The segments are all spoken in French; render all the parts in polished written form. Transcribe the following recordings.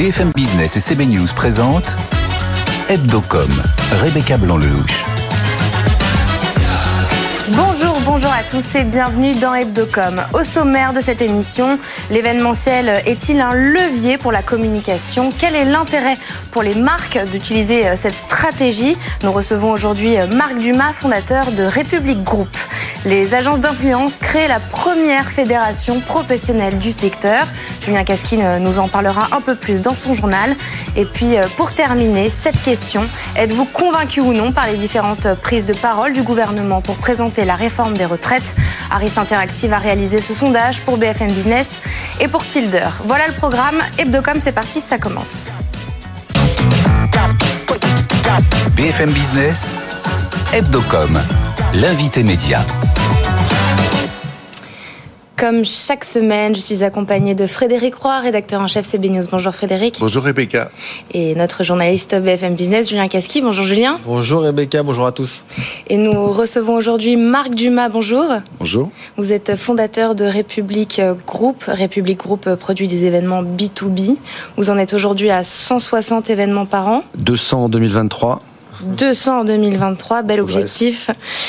BFM Business et CB News présentent Hebdocom, Rebecca Blanc-Lelouch. Bonjour à tous et bienvenue dans Hebdocom. Au sommaire de cette émission, l'événementiel est-il un levier pour la communication ? Quel est l'intérêt pour les marques d'utiliser cette stratégie ? Nous recevons aujourd'hui Marc Dumas, fondateur de République Group. Les agences d'influence créent la première fédération professionnelle du secteur. Julien Casquine nous en parlera un peu plus dans son journal. Et puis pour terminer, cette question, êtes-vous convaincu ou non par les différentes prises de parole du gouvernement pour présenter la réforme des retraites ? Harris Interactive a réalisé ce sondage pour BFM Business et pour Tilder. Voilà le programme. Hebdocom, c'est parti, ça commence. BFM Business, Hebdocom, l'invité média. Comme chaque semaine, je suis accompagnée de Frédéric Roy, rédacteur en chef CB News. Bonjour Frédéric. Bonjour Rebecca. Et notre journaliste BFM Business, Julien Casquine. Bonjour Julien. Bonjour Rebecca, bonjour à tous. Et nous recevons aujourd'hui Marc Dumas. Bonjour. Bonjour. Vous êtes fondateur de République Group. République Group produit des événements B2B. Vous en êtes aujourd'hui à 160 événements par an. 200 en 2023. 200 en 2023, bel objectif.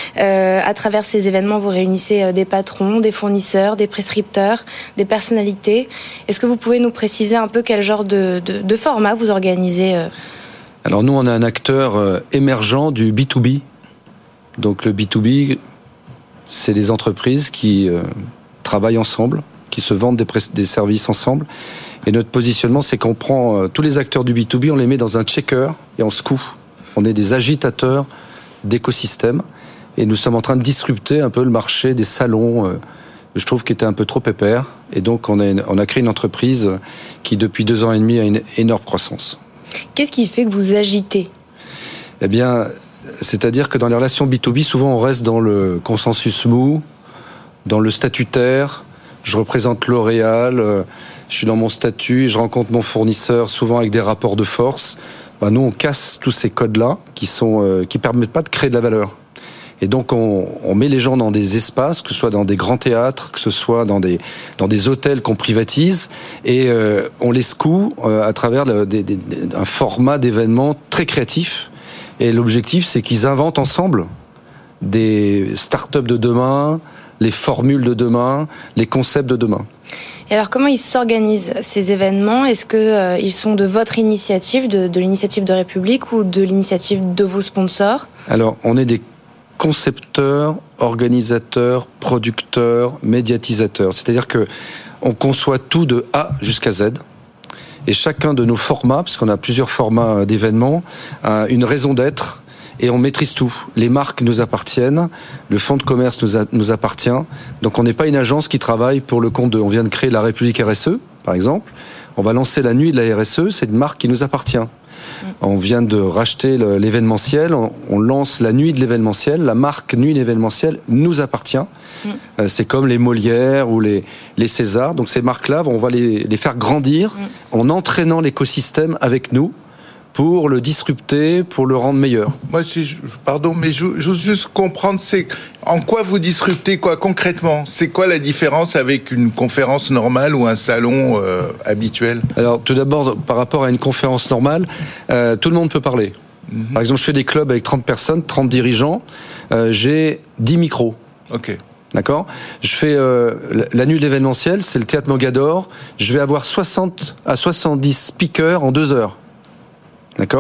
À travers ces événements, vous réunissez des patrons, des fournisseurs, des prescripteurs, des personnalités. Est-ce que vous pouvez nous préciser un peu quel genre de format vous organisez ? Alors nous, on est un acteur émergent du B2B. Donc le B2B, c'est des entreprises qui travaillent ensemble, qui se vendent des services ensemble. Et notre positionnement, c'est qu'on prend tous les acteurs du B2B, on les met dans un checker et on secoue. On est des agitateurs d'écosystèmes et nous sommes en train de disrupter un peu le marché des salons, je trouve qu'il était un peu trop pépère. Et donc on a créé une entreprise qui depuis 2 ans et demi a une énorme croissance. Qu'est-ce qui fait que vous agitez ? Eh bien, c'est-à-dire que dans les relations B2B, souvent on reste dans le consensus mou, dans le statutaire. Je représente L'Oréal, je suis dans mon statut, je rencontre mon fournisseur souvent avec des rapports de force. Nous, on casse tous ces codes-là qui permettent pas de créer de la valeur. Et donc, on met les gens dans des espaces, que ce soit dans des grands théâtres, que ce soit dans des hôtels qu'on privatise, et on les secoue à travers un format d'événements très créatif. Et l'objectif, c'est qu'ils inventent ensemble des startups de demain, les formules de demain, les concepts de demain. Et alors, comment ils s'organisent ces événements ? Est-ce que ils sont de votre initiative, de l'initiative de République ou de l'initiative de vos sponsors ? Alors, on est des concepteurs, organisateurs, producteurs, médiatisateurs. C'est-à-dire que on conçoit tout de A jusqu'à Z. Et chacun de nos formats, parce qu'on a plusieurs formats d'événements, a une raison d'être. Et on maîtrise tout. Les marques nous appartiennent, le fonds de commerce nous appartient. Donc on n'est pas une agence qui travaille pour le compte de... On vient de créer la République RSE, par exemple. On va lancer la nuit de la RSE, c'est une marque qui nous appartient. On vient de racheter l'événementiel, on lance la nuit de l'événementiel, la marque nuit de l'événementiel nous appartient. C'est comme les Molières ou les Césars. Donc ces marques-là, on va les faire grandir en entraînant l'écosystème avec nous, pour le disrupter, pour le rendre meilleur. Moi, pardon, mais je veux juste comprendre, c'est en quoi vous disruptez quoi concrètement ? C'est quoi la différence avec une conférence normale ou un salon habituel ? Alors, tout d'abord, par rapport à une conférence normale, tout le monde peut parler. Par exemple, je fais des clubs avec 30 personnes, 30 dirigeants, j'ai 10 micros. Ok. D'accord ? Je fais la nuit de l'événementiel, c'est le théâtre Mogador, je vais avoir 60 à 70 speakers en 2 heures. D'accord ?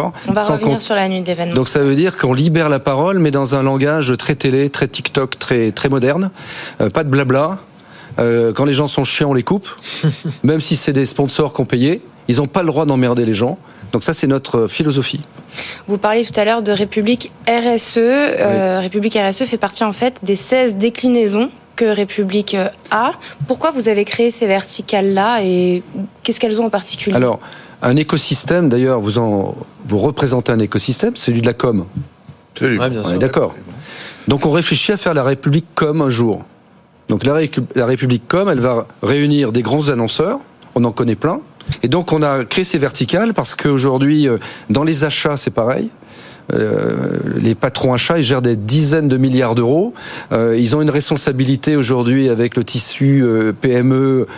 On va revenir sur la nuit de l'événement. Donc ça veut dire qu'on libère la parole, mais dans un langage très télé, très TikTok, très très moderne. Pas de blabla. Quand les gens sont chiants, on les coupe. Même si c'est des sponsors qu'on payait, ils n'ont pas le droit d'emmerder les gens. Donc ça, c'est notre philosophie. Vous parliez tout à l'heure de République RSE. Oui. République RSE fait partie en fait des 16 déclinaisons que République a. Pourquoi vous avez créé ces verticales-là et qu'est-ce qu'elles ont en particulier ? Alors, un écosystème, d'ailleurs, vous représentez un écosystème, c'est celui de la com. Absolument. Ouais, bien sûr. On est d'accord. Donc on réfléchit à faire la République com un jour. Donc la République com, elle va réunir des grands annonceurs, on en connaît plein. Et donc on a créé ces verticales parce qu'aujourd'hui, dans les achats, c'est pareil. les patrons achats, ils gèrent des dizaines de milliards d'euros. Ils ont une responsabilité aujourd'hui avec le tissu PME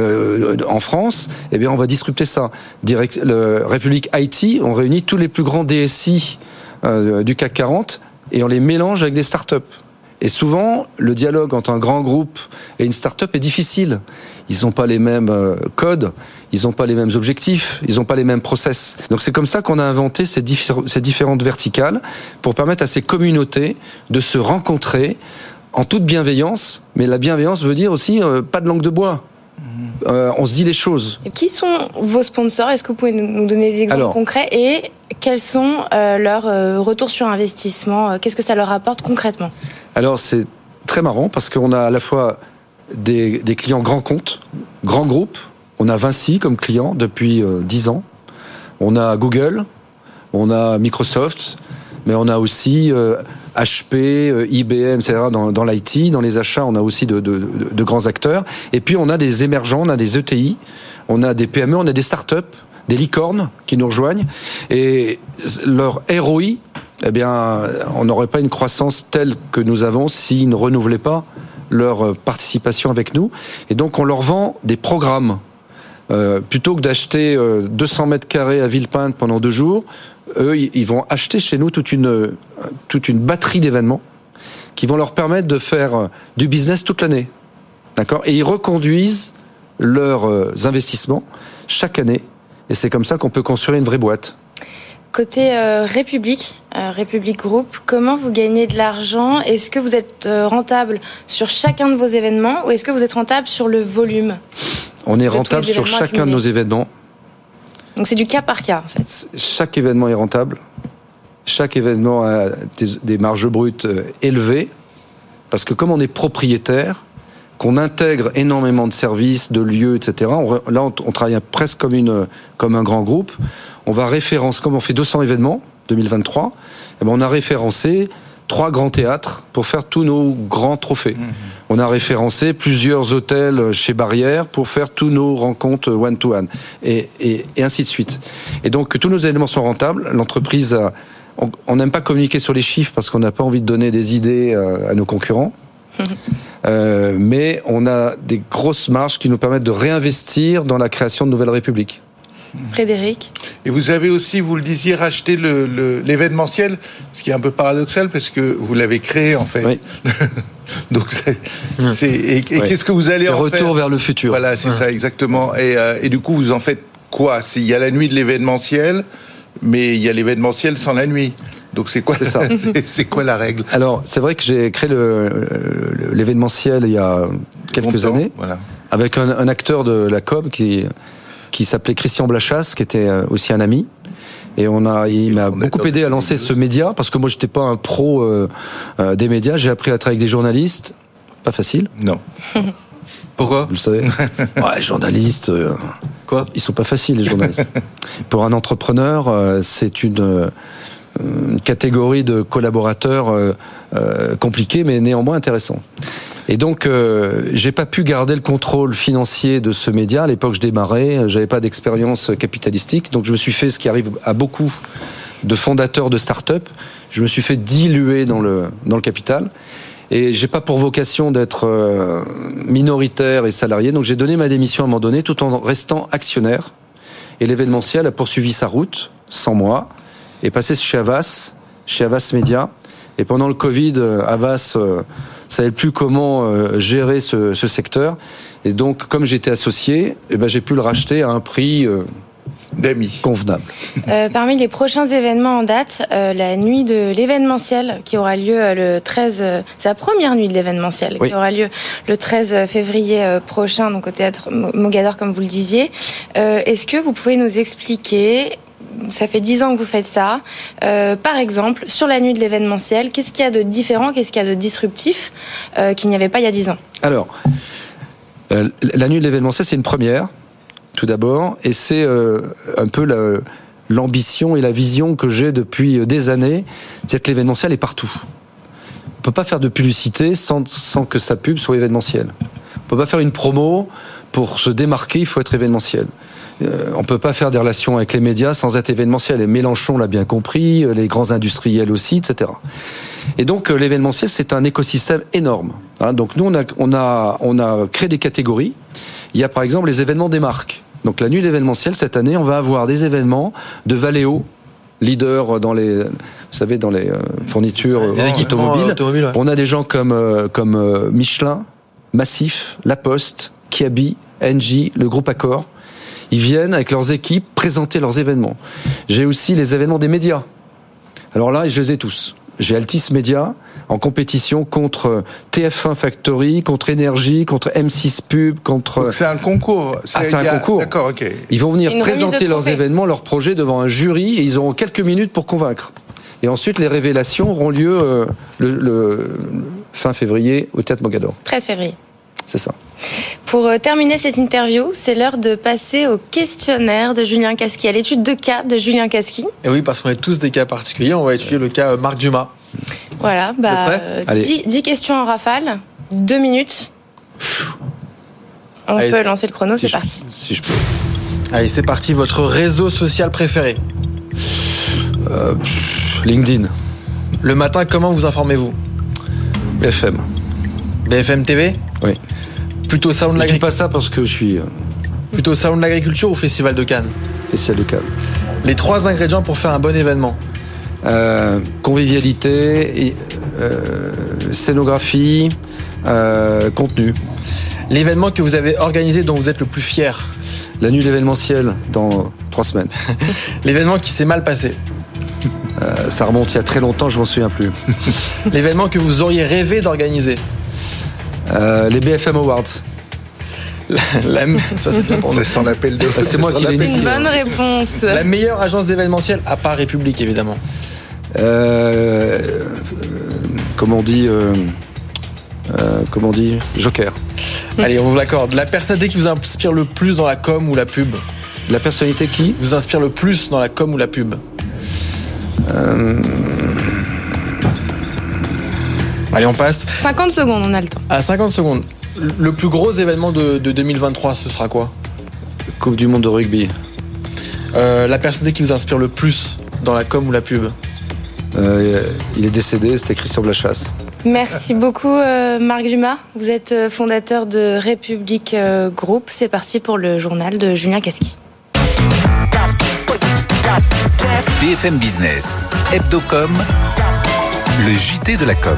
en France. Eh bien, on va disrupter ça. Le République IT, on réunit tous les plus grands DSI du CAC 40 et on les mélange avec des startups. Et souvent, le dialogue entre un grand groupe et une start-up est difficile. Ils n'ont pas les mêmes codes, ils n'ont pas les mêmes objectifs, ils n'ont pas les mêmes process. Donc c'est comme ça qu'on a inventé ces différentes verticales pour permettre à ces communautés de se rencontrer en toute bienveillance. Mais la bienveillance veut dire aussi pas de langue de bois. On se dit les choses. Et qui sont vos sponsors ? Est-ce que vous pouvez nous donner des exemples concrets ? Et quels sont leurs retours sur investissement ? Qu'est-ce que ça leur apporte concrètement ? Alors c'est très marrant parce qu'on a à la fois des clients grands comptes, grands groupes. On a Vinci comme client depuis 10 ans. On a Google, on a Microsoft, mais on a aussi HP, IBM, etc. dans l'IT, dans les achats, on a aussi de grands acteurs. Et puis on a des émergents, on a des ETI, on a des PME, on a des startups, des licornes qui nous rejoignent. Et leur ROI, eh bien, on n'aurait pas une croissance telle que nous avons s'ils ne renouvelaient pas leur participation avec nous. Et donc on leur vend des programmes. Plutôt que d'acheter 200 mètres carrés à Villepinte pendant 2 jours, eux, ils vont acheter chez nous toute une batterie d'événements qui vont leur permettre de faire du business toute l'année. D'accord ? Et ils reconduisent leurs investissements chaque année. Et c'est comme ça qu'on peut construire une vraie boîte. Côté République Group, comment vous gagnez de l'argent ? Est-ce que vous êtes rentable sur chacun de vos événements ou est-ce que vous êtes rentable sur le volume ? On est rentable sur chacun de nos événements. Donc c'est du cas par cas, en fait. Chaque événement est rentable. Chaque événement a des marges brutes élevées. Parce que comme on est propriétaire, qu'on intègre énormément de services, de lieux, etc. On travaille presque comme un grand groupe. On va référencer, comme on fait 200 événements 2023, eh ben on a référencé 3 grands théâtres pour faire tous nos grands trophées. On a référencé plusieurs hôtels chez Barrière pour faire tous nos rencontres one-to-one, et ainsi de suite. Et donc, tous nos éléments sont rentables. L'entreprise, on n'aime pas communiquer sur les chiffres parce qu'on n'a pas envie de donner des idées à nos concurrents. Mais on a des grosses marges qui nous permettent de réinvestir dans la création de nouvelles républiques. Frédéric ? Et vous avez aussi, vous le disiez, racheté l'événementiel, ce qui est un peu paradoxal parce que vous l'avez créé en fait. Oui. Donc qu'est-ce que vous allez en faire ? Retour vers le futur. Voilà, c'est ça exactement. Et du coup, vous en faites quoi ? Il y a la nuit de l'événementiel, mais il y a l'événementiel sans la nuit. Donc c'est quoi ? C'est ça. C'est quoi la règle ? Alors c'est vrai que j'ai créé l'événementiel il y a quelques années, voilà, avec un acteur de la com qui s'appelait Christian Blachas, qui était aussi un ami. Et il m'a beaucoup aidé à lancer ce média, parce que moi, j'étais pas un pro des médias. J'ai appris à travailler avec des journalistes. Pas facile. Non. Pourquoi ? Vous le savez. Ouais, journalistes. Quoi ? Ils sont pas faciles, les journalistes. Pour un entrepreneur, c'est une catégorie de collaborateurs compliqués, mais néanmoins intéressants. Et donc, j'ai pas pu garder le contrôle financier de ce média. À l'époque, je démarrais, j'avais pas d'expérience capitalistique, donc je me suis fait ce qui arrive à beaucoup de fondateurs de start-up. Je me suis fait diluer dans le capital. Et j'ai pas pour vocation d'être minoritaire et salarié, donc j'ai donné ma démission à un moment donné, tout en restant actionnaire. Et l'événementiel a poursuivi sa route, sans moi, et passé chez Havas Media. Et pendant le Covid, Havas savait plus comment gérer ce secteur. Et donc, comme j'étais associé, j'ai pu le racheter à un prix d'amis convenable. Parmi les prochains événements en date, la nuit de l'événementiel qui aura lieu le 13... c'est la première nuit de l'événementiel, oui, qui aura lieu le 13 février prochain, donc au théâtre Mogador, comme vous le disiez. Est-ce que vous pouvez nous expliquer... Ça fait 10 ans que vous faites ça. Par exemple, sur la nuit de l'événementiel, qu'est-ce qu'il y a de différent, qu'est-ce qu'il y a de disruptif qu'il n'y avait pas il y a 10 ans ? Alors, la nuit de l'événementiel, c'est une première, tout d'abord, et c'est un peu l'ambition et la vision que j'ai depuis des années, c'est-à-dire que l'événementiel est partout. On ne peut pas faire de publicité sans que sa pub soit événementielle. On peut pas faire une promo pour se démarquer, il faut être événementiel. On peut pas faire des relations avec les médias sans être événementiel. Et Mélenchon l'a bien compris, les grands industriels aussi, etc. Et donc l'événementiel, c'est un écosystème énorme. Donc nous, on a créé des catégories. Il y a par exemple les événements des marques. Donc la nuit d'événementiel, cette année, on va avoir des événements de Valeo, leader dans les, vous savez, dans les fournitures automobiles. Ouais. On a des gens comme Michelin, Massif, La Poste, Kiabi, Engie, le groupe Accor. Ils viennent avec leurs équipes présenter leurs événements. J'ai aussi les événements des médias. Alors là, je les ai tous. J'ai Altis Média en compétition contre TF1 Factory, contre Énergie, contre M6 Pub, contre... Donc c'est un concours. C'est un concours. D'accord, ok. Ils vont venir présenter leurs événements, leurs projets devant un jury et ils auront quelques minutes pour convaincre. Et ensuite, les révélations auront lieu le fin février au Théâtre Mogador. 13 février. C'est ça. Pour terminer cette interview, c'est l'heure de passer au questionnaire de Julien Casqui, à l'étude de cas de Julien Casqui. Et oui, parce qu'on est tous des cas particuliers. On va étudier le cas Marc Dumas. Voilà, 10 questions en rafale, 2 minutes. On peut lancer le chrono, c'est parti. Si je peux. Allez, c'est parti. Votre réseau social préféré? LinkedIn. Le matin, comment vous informez-vous? BFM. BFM TV? Oui. Plutôt salon de l'agriculture. Je dis l'agriculture. pas ça parce que je suis... Plutôt salon de l'agriculture ou festival de Cannes? Festival de Cannes. Les 3 ingrédients pour faire un bon événement? Convivialité, scénographie, contenu. L'événement que vous avez organisé dont vous êtes le plus fier? La nuit d'événementiel dans 3 semaines. L'événement qui s'est mal passé? Ça remonte il y a très longtemps, je m'en souviens plus. L'événement que vous auriez rêvé d'organiser? Les BFM Awards. Ça, c'est bien pour nous. Ça sent l'appel de... C'est moi qui l'ai dit. C'est une bonne réponse. La meilleure agence d'événementiel, à part République, évidemment. Comment on dit Joker. Allez, on vous l'accorde. La personnalité qui vous inspire le plus dans la com ou la pub? La personnalité qui vous inspire le plus dans la com ou la pub? Allez, on passe. 50 secondes, on a le temps. À 50 secondes. Le plus gros événement de 2023, ce sera quoi? Coupe du monde de rugby. La personnalité qui vous inspire le plus dans la com ou la pub? Il est décédé, c'était Christian Blachasse. Merci beaucoup Marc Dumas. Vous êtes fondateur de République Group. C'est parti pour le journal de Julien Casqui. BFM Business, Hebdocom, le JT de la com.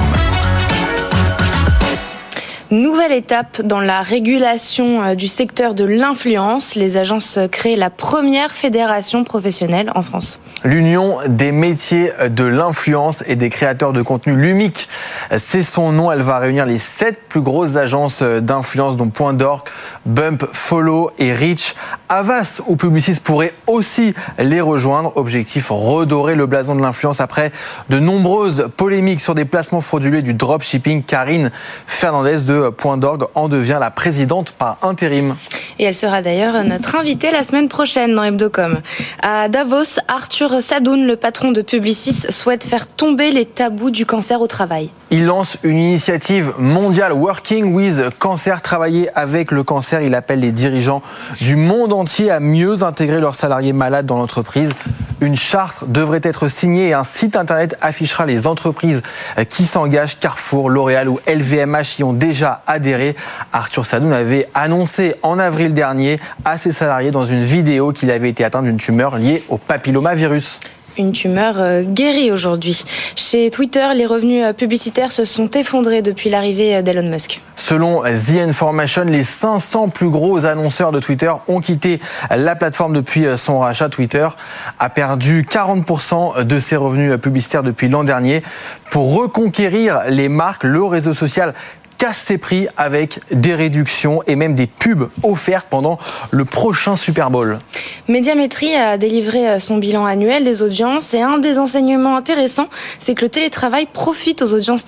Nouvelle étape dans la régulation du secteur de l'influence. Les agences créent la première fédération professionnelle en France. L'Union des métiers de l'influence et des créateurs de contenu, l'UMIC, c'est son nom. Elle va réunir les 7 plus grosses agences d'influence, dont Point d'Orgue, Bump, Follow et Reach. Havas ou Publicis pourraient aussi les rejoindre. Objectif, redorer le blason de l'influence après de nombreuses polémiques sur des placements frauduleux et du dropshipping. Karine Fernandez de Point d'Orgue en devient la présidente par intérim. Et elle sera d'ailleurs notre invitée la semaine prochaine dans Hebdocom. À Davos, Arthur Sadoun, le patron de Publicis, souhaite faire tomber les tabous du cancer au travail. Il lance une initiative mondiale Working with Cancer, travailler avec le cancer. Il appelle les dirigeants du monde entier à mieux intégrer leurs salariés malades dans l'entreprise. Une charte devrait être signée et un site internet affichera les entreprises qui s'engagent. Carrefour, L'Oréal ou LVMH y ont déjà adhéré. Arthur Sadoun avait annoncé en avril dernier à ses salariés dans une vidéo qu'il avait été atteint d'une tumeur liée au papillomavirus. Une tumeur guérie aujourd'hui. Chez Twitter, les revenus publicitaires se sont effondrés depuis l'arrivée d'Elon Musk. Selon The Information, les 500 plus gros annonceurs de Twitter ont quitté la plateforme depuis son rachat. Twitter a perdu 40% de ses revenus publicitaires depuis l'an dernier. Pour reconquérir les marques, le réseau social casse ses prix avec des réductions et même des pubs offertes pendant le prochain Super Bowl. Médiamétrie a délivré son bilan annuel des audiences et un des enseignements intéressants, c'est que le télétravail profite aux audiences télé.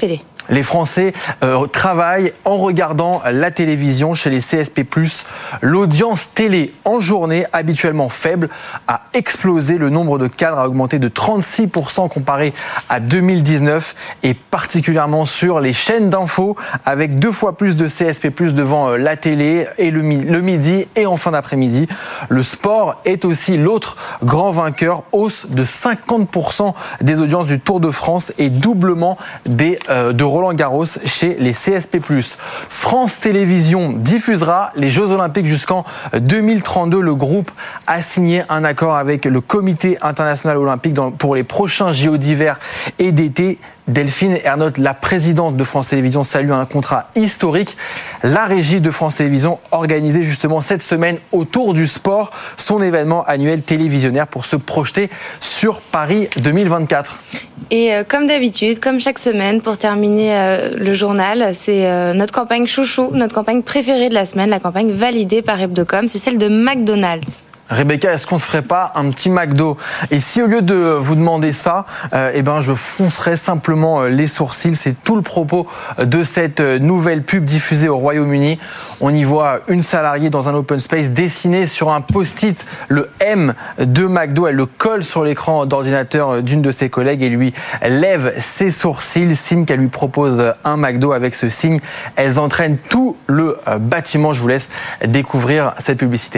Les Français travaillent en regardant la télévision chez les CSP+. L'audience télé en journée, habituellement faible, a explosé. Le nombre de cadres a augmenté de 36% comparé à 2019 et particulièrement sur les chaînes d'infos avec 2 fois plus de CSP+ devant la télé et le midi et en fin d'après-midi. Le sport est aussi l'autre grand vainqueur, hausse de 50% des audiences du Tour de France et doublement de Roland-Garros chez les CSP+. France Télévisions diffusera les Jeux Olympiques jusqu'en 2032. Le groupe a signé un accord avec le Comité international olympique pour les prochains JO d'hiver et d'été. Delphine Ernotte, la présidente de France Télévisions, salue un contrat historique. La régie de France Télévisions organisait justement cette semaine autour du sport son événement annuel télévisionnaire pour se projeter sur Paris 2024. Et comme d'habitude, comme chaque semaine, pour terminer le journal, c'est notre campagne chouchou, notre campagne préférée de la semaine, la campagne validée par Hebdocom, c'est celle de McDonald's. Rebecca, est-ce qu'on se ferait pas un petit McDo ? Et si au lieu de vous demander ça, je foncerais simplement les sourcils. C'est tout le propos de cette nouvelle pub diffusée au Royaume-Uni. On y voit une salariée dans un open space dessiner sur un post-it le M de McDo. Elle le colle sur l'écran d'ordinateur d'une de ses collègues et lui lève ses sourcils, signe qu'elle lui propose un McDo. Avec ce signe, elles entraînent tout le bâtiment. Je vous laisse découvrir cette publicité.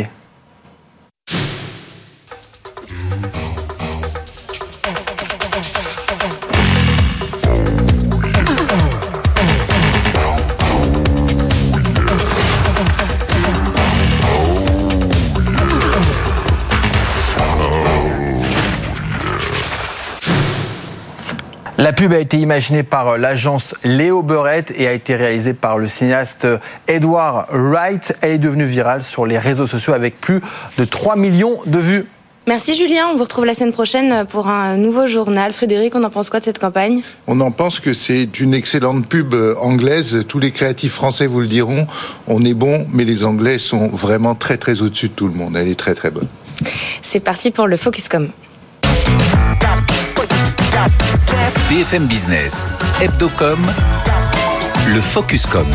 La pub a été imaginée par l'agence Léo Burrett et a été réalisée par le cinéaste Edward Wright. Elle est devenue virale sur les réseaux sociaux avec plus de 3 millions de vues. Merci Julien, on vous retrouve la semaine prochaine pour un nouveau journal. Frédéric, on en pense quoi de cette campagne ? On en pense que c'est une excellente pub anglaise. Tous les créatifs français vous le diront. On est bon, mais les Anglais sont vraiment très très au-dessus de tout le monde. Elle est très très bonne. C'est parti pour le Focuscom. BFM Business, Hebdocom, le Focuscom.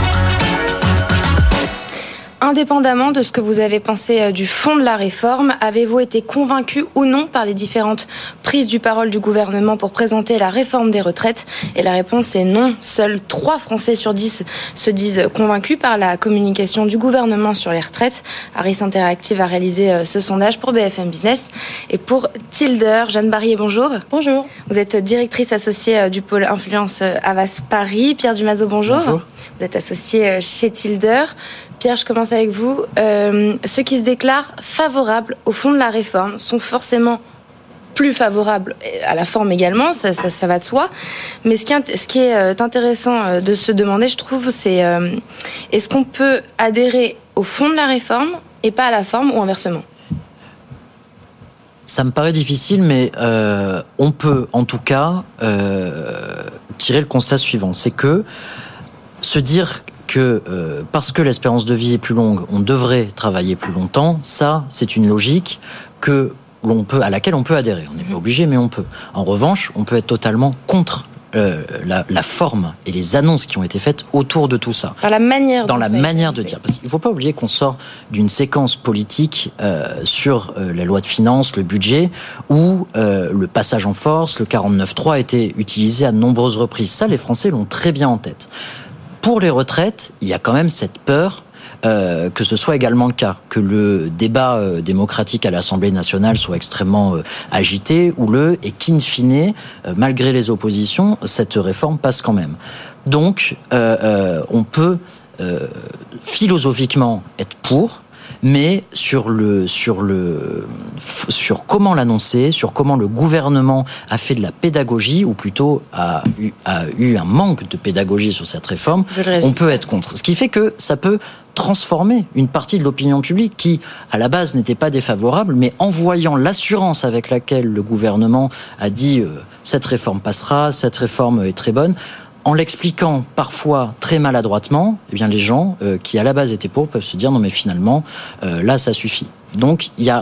Indépendamment de ce que vous avez pensé du fond de la réforme, avez-vous été convaincu ou non par les différentes prises du parole du gouvernement pour présenter la réforme des retraites ? Et la réponse est non. Seuls 3 Français sur 10 se disent convaincus par la communication du gouvernement sur les retraites. Harris Interactive a réalisé ce sondage pour BFM Business. Et pour Tilder, Jeanne Barrier, bonjour. Bonjour. Vous êtes directrice associée du pôle influence Havas Paris. Pierre Dumazeau, bonjour. Bonjour. Vous êtes associé chez Tilder. Pierre, je commence avec vous. Ceux qui se déclarent favorables au fond de la réforme sont forcément plus favorables à la forme également, ça va de soi. Mais ce qui est intéressant de se demander, je trouve, c'est est-ce qu'on peut adhérer au fond de la réforme et pas à la forme ou inversement ? Ça me paraît difficile, mais on peut en tout cas tirer le constat suivant. C'est que se dire que parce que l'espérance de vie est plus longue, on devrait travailler plus longtemps, ça, c'est une logique à laquelle on peut adhérer. On n'est pas obligé, mais on peut. En revanche, on peut être totalement contre la forme et les annonces qui ont été faites autour de tout ça. Dans la manière de dire. Parce qu'il ne faut pas oublier qu'on sort d'une séquence politique sur la loi de finances, le budget, où le passage en force, le 49.3 a été utilisé à de nombreuses reprises. Ça, les Français l'ont très bien en tête. Pour les retraites, il y a quand même cette peur que ce soit également le cas, que le débat démocratique à l'Assemblée nationale soit extrêmement agité, houleux, et qu'in fine, malgré les oppositions, cette réforme passe quand même. Donc, on peut philosophiquement être pour, mais sur comment l'annoncer, sur comment le gouvernement a fait de la pédagogie, ou plutôt a eu un manque de pédagogie sur cette réforme, on peut être contre. Ce qui fait que ça peut transformer une partie de l'opinion publique qui, à la base, n'était pas défavorable, mais en voyant l'assurance avec laquelle le gouvernement a dit cette réforme passera, cette réforme est très bonne, en l'expliquant parfois très maladroitement, eh bien les gens qui à la base étaient pour peuvent se dire non mais finalement là ça suffit. Donc il y a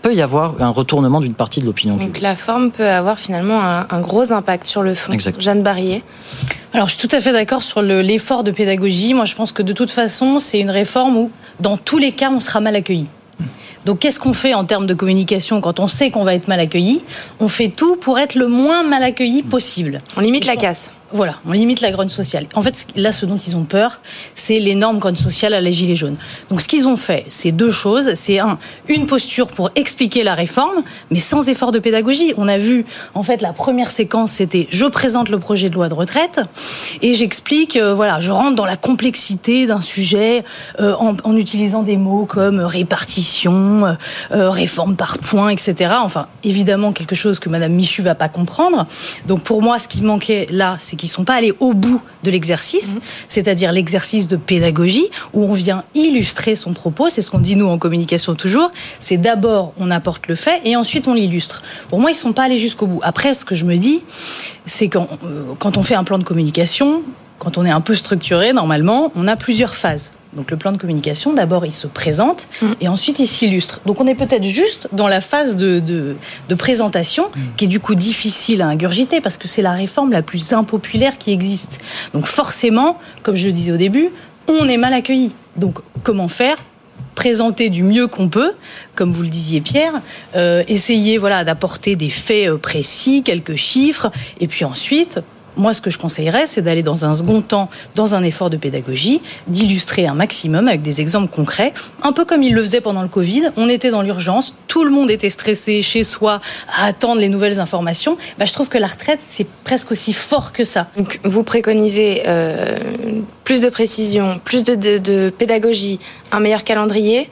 peut y avoir un retournement d'une partie de l'opinion publique. Donc la forme peut avoir finalement un gros impact sur le fond. Exactement. Jeanne Barrier. Alors, je suis tout à fait d'accord sur l'effort de pédagogie. Moi, je pense que de toute façon, c'est une réforme où, dans tous les cas, on sera mal accueilli. Donc, qu'est-ce qu'on fait en termes de communication quand on sait qu'on va être mal accueilli ? On fait tout pour être le moins mal accueilli possible. On limite la casse. Voilà, on limite la grogne sociale. En fait, là, ce dont ils ont peur, c'est l'énorme grogne sociale à la Gilets jaunes. Donc, ce qu'ils ont fait, c'est deux choses. C'est une posture pour expliquer la réforme, mais sans effort de pédagogie. On a vu, en fait, la première séquence, c'était « je présente le projet de loi de retraite » et j'explique, je rentre dans la complexité d'un sujet en utilisant des mots comme répartition, réforme par points, etc. Enfin, évidemment, quelque chose que Madame Michu va pas comprendre. Donc, pour moi, ce qui manquait là, c'est qu'ils ne sont pas allés au bout de l'exercice, c'est-à-dire l'exercice de pédagogie, où on vient illustrer son propos. C'est ce qu'on dit, nous, en communication toujours. C'est d'abord, on apporte le fait, et ensuite, on l'illustre. Pour moi, ils ne sont pas allés jusqu'au bout. Après, ce que je me dis, c'est quand on fait un plan de communication, quand on est un peu structuré, normalement, on a plusieurs phases. Donc le plan de communication, d'abord, il se présente et ensuite, il s'illustre. Donc on est peut-être juste dans la phase de présentation qui est du coup difficile à ingurgiter parce que c'est la réforme la plus impopulaire qui existe. Donc forcément, comme je le disais au début, on est mal accueilli. Donc comment faire ? Présenter du mieux qu'on peut, comme vous le disiez Pierre, essayer d'apporter des faits précis, quelques chiffres, et puis ensuite... Moi, ce que je conseillerais, c'est d'aller dans un second temps, dans un effort de pédagogie, d'illustrer un maximum avec des exemples concrets, un peu comme ils le faisaient pendant le Covid. On était dans l'urgence, tout le monde était stressé chez soi à attendre les nouvelles informations. Je trouve que la retraite, c'est presque aussi fort que ça. Donc, vous préconisez plus de précision, plus de pédagogie, un meilleur calendrier,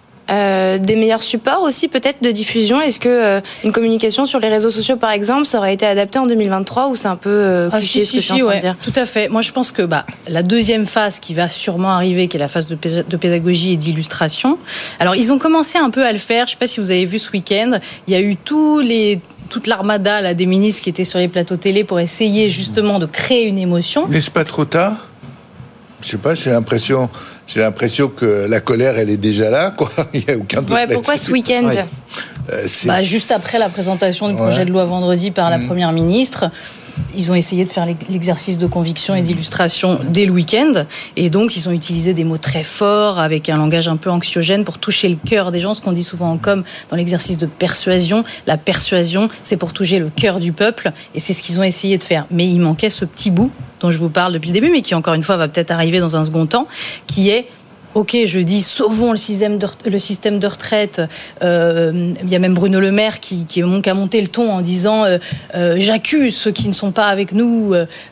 des meilleurs supports aussi peut-être de diffusion. Est-ce que une communication sur les réseaux sociaux par exemple ça aurait été adapté en 2023 ou c'est un peu cliché ce que je suis en train de dire ? Tout à fait. Moi je pense que la deuxième phase qui va sûrement arriver, qui est la phase de pédagogie et d'illustration. Alors ils ont commencé un peu à le faire. Je sais pas si vous avez vu ce week-end, il y a eu toute l'armada là, des ministres qui étaient sur les plateaux télé pour essayer justement de créer une émotion. N'est-ce pas trop tard ? Je sais pas, j'ai l'impression que la colère, elle est déjà là, quoi. Il n'y a aucun doute là-dessus. Pourquoi ce week-end ? Juste après la présentation du projet de loi vendredi par la Première ministre, ils ont essayé de faire l'exercice de conviction et d'illustration dès le week-end. Et donc, ils ont utilisé des mots très forts, avec un langage un peu anxiogène pour toucher le cœur des gens. Ce qu'on dit souvent en com dans l'exercice de persuasion. La persuasion, c'est pour toucher le cœur du peuple. Et c'est ce qu'ils ont essayé de faire. Mais il manquait ce petit bout dont je vous parle depuis le début, mais qui, encore une fois, va peut-être arriver dans un second temps, qui est... Ok, je dis sauvons le système de retraite. Il y a même Bruno Le Maire qui a monté le ton en disant j'accuse ceux qui ne sont pas avec nous.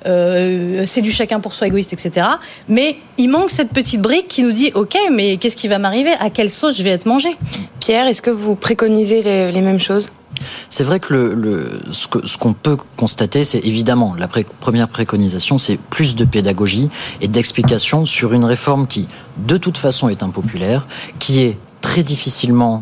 C'est du chacun pour soi égoïste, etc. Mais il manque cette petite brique qui nous dit ok, mais qu'est-ce qui va m'arriver ? À quelle sauce je vais être mangé ? Pierre, est-ce que vous préconisez les mêmes choses ? C'est vrai que ce qu'on peut constater, c'est évidemment la première préconisation, c'est plus de pédagogie et d'explication sur une réforme qui, de toute façon, est impopulaire, qui est très difficilement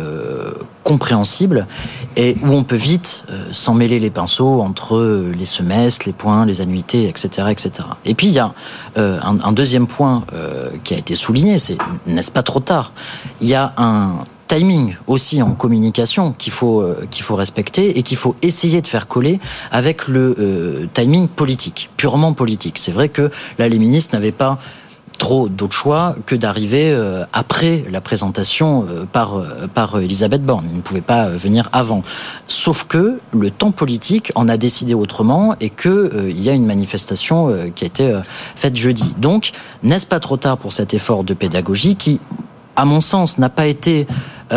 compréhensible et où on peut vite s'en mêler les pinceaux entre les semestres, les points, les annuités, etc., etc. Et puis il y a un deuxième point qui a été souligné, c'est n'est-ce pas trop tard ? Il y a un timing aussi en communication qu'il faut respecter et qu'il faut essayer de faire coller avec le timing politique, purement politique. C'est vrai que là, les ministres n'avaient pas trop d'autres choix que d'arriver après la présentation par Elisabeth Borne. Ils ne pouvaient pas venir avant. Sauf que le temps politique en a décidé autrement et qu'il y a une manifestation qui a été faite jeudi. Donc, n'est-ce pas trop tard pour cet effort de pédagogie qui, à mon sens, n'a pas été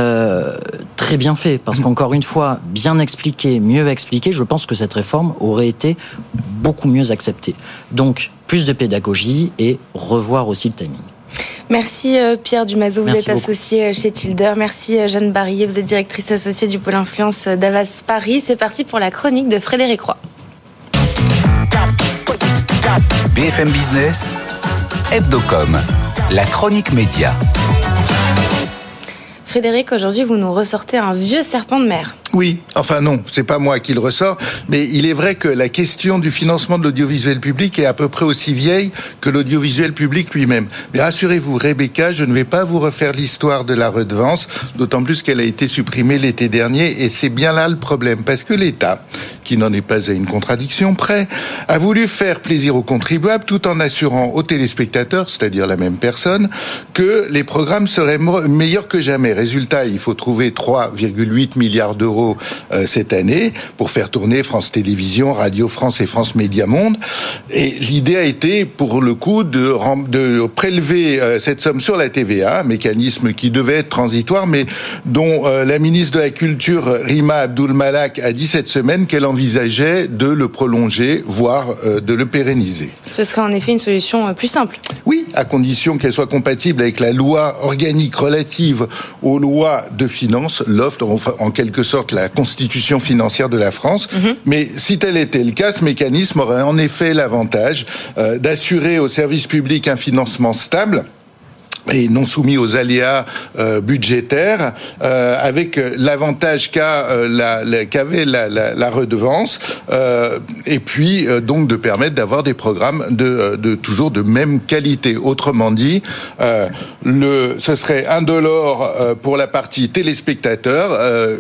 très bien fait, parce qu'encore une fois, bien expliqué, mieux expliqué, je pense que cette réforme aurait été beaucoup mieux acceptée. Donc, plus de pédagogie et revoir aussi le timing. Merci Pierre Dumazeau, vous êtes beaucoup. Associé chez Tilder. Merci Jeanne Barrier, vous êtes directrice associée du pôle influence d'Avas Paris. C'est parti pour la chronique de Frédéric Roy. BFM Business, Hebdocom, la chronique média. Frédéric, aujourd'hui, vous nous ressortez un vieux serpent de mer. Oui, enfin non, c'est pas moi qui le ressort, mais il est vrai que la question du financement de l'audiovisuel public est à peu près aussi vieille que l'audiovisuel public lui-même. Mais rassurez-vous, Rebecca, je ne vais pas vous refaire l'histoire de la redevance, d'autant plus qu'elle a été supprimée l'été dernier, et c'est bien là le problème, parce que l'État, qui n'en est pas à une contradiction près, a voulu faire plaisir aux contribuables tout en assurant aux téléspectateurs, c'est-à-dire la même personne, que les programmes seraient meilleurs que jamais. Résultat, il faut trouver 3,8 milliards d'euros cette année pour faire tourner France Télévisions, Radio France et France Média Monde. Et l'idée a été, pour le coup, de prélever cette somme sur la TVA, un mécanisme qui devait être transitoire, mais dont la ministre de la Culture, Rima Abdul-Malak, a dit cette semaine qu'elle envisageait de le prolonger, voire de le pérenniser. Ce serait en effet une solution plus simple. Oui, à condition qu'elle soit compatible avec la loi organique relative aux lois de finances, l'OFT, en quelque sorte la constitution financière de la France. Mais si tel était le cas, ce mécanisme aurait en effet l'avantage d'assurer au service public un financement stable et non soumis aux aléas budgétaires, avec l'avantage qu'avait la redevance, et puis donc de permettre d'avoir des programmes de toujours de même qualité. Autrement dit, ce serait indolore pour la partie téléspectateur,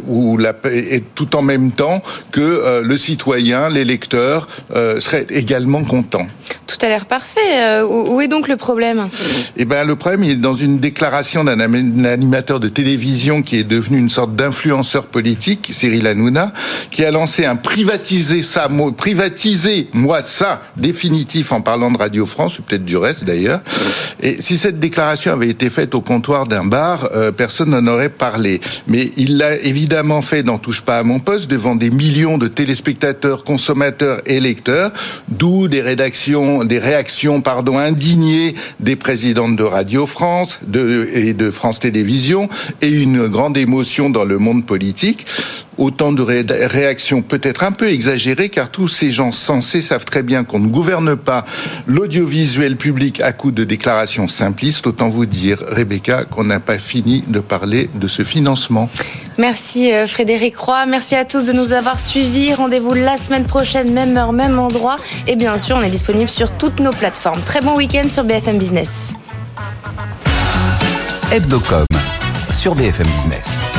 et tout en même temps que le citoyen, l'électeur, serait également content. Tout a l'air parfait. Où est donc le problème ? Eh ben, le problème, il est dans une déclaration d'un animateur de télévision qui est devenu une sorte d'influenceur politique, Cyril Hanouna, qui a lancé un privatisez-moi ça définitif en parlant de Radio France, ou peut-être du reste d'ailleurs. Et si cette déclaration avait été faite au comptoir d'un bar, personne n'en aurait parlé. Mais il l'a évidemment fait dans Touche pas à mon poste devant des millions de téléspectateurs, consommateurs et lecteurs, d'où des réactions indignées des présidentes de Radio France et de France Télévisions, et une grande émotion dans le monde politique. Autant de réactions peut-être un peu exagérées, car tous ces gens sensés savent très bien qu'on ne gouverne pas l'audiovisuel public à coups de déclarations simplistes. Autant vous dire, Rebecca, qu'on n'a pas fini de parler de ce financement. Merci Frédéric Roy, merci à tous de nous avoir suivis. Rendez-vous la semaine prochaine, même heure, même endroit. Et bien sûr, on est disponible sur toutes nos plateformes. Très bon week-end sur BFM Business. Hebdocom sur BFM Business.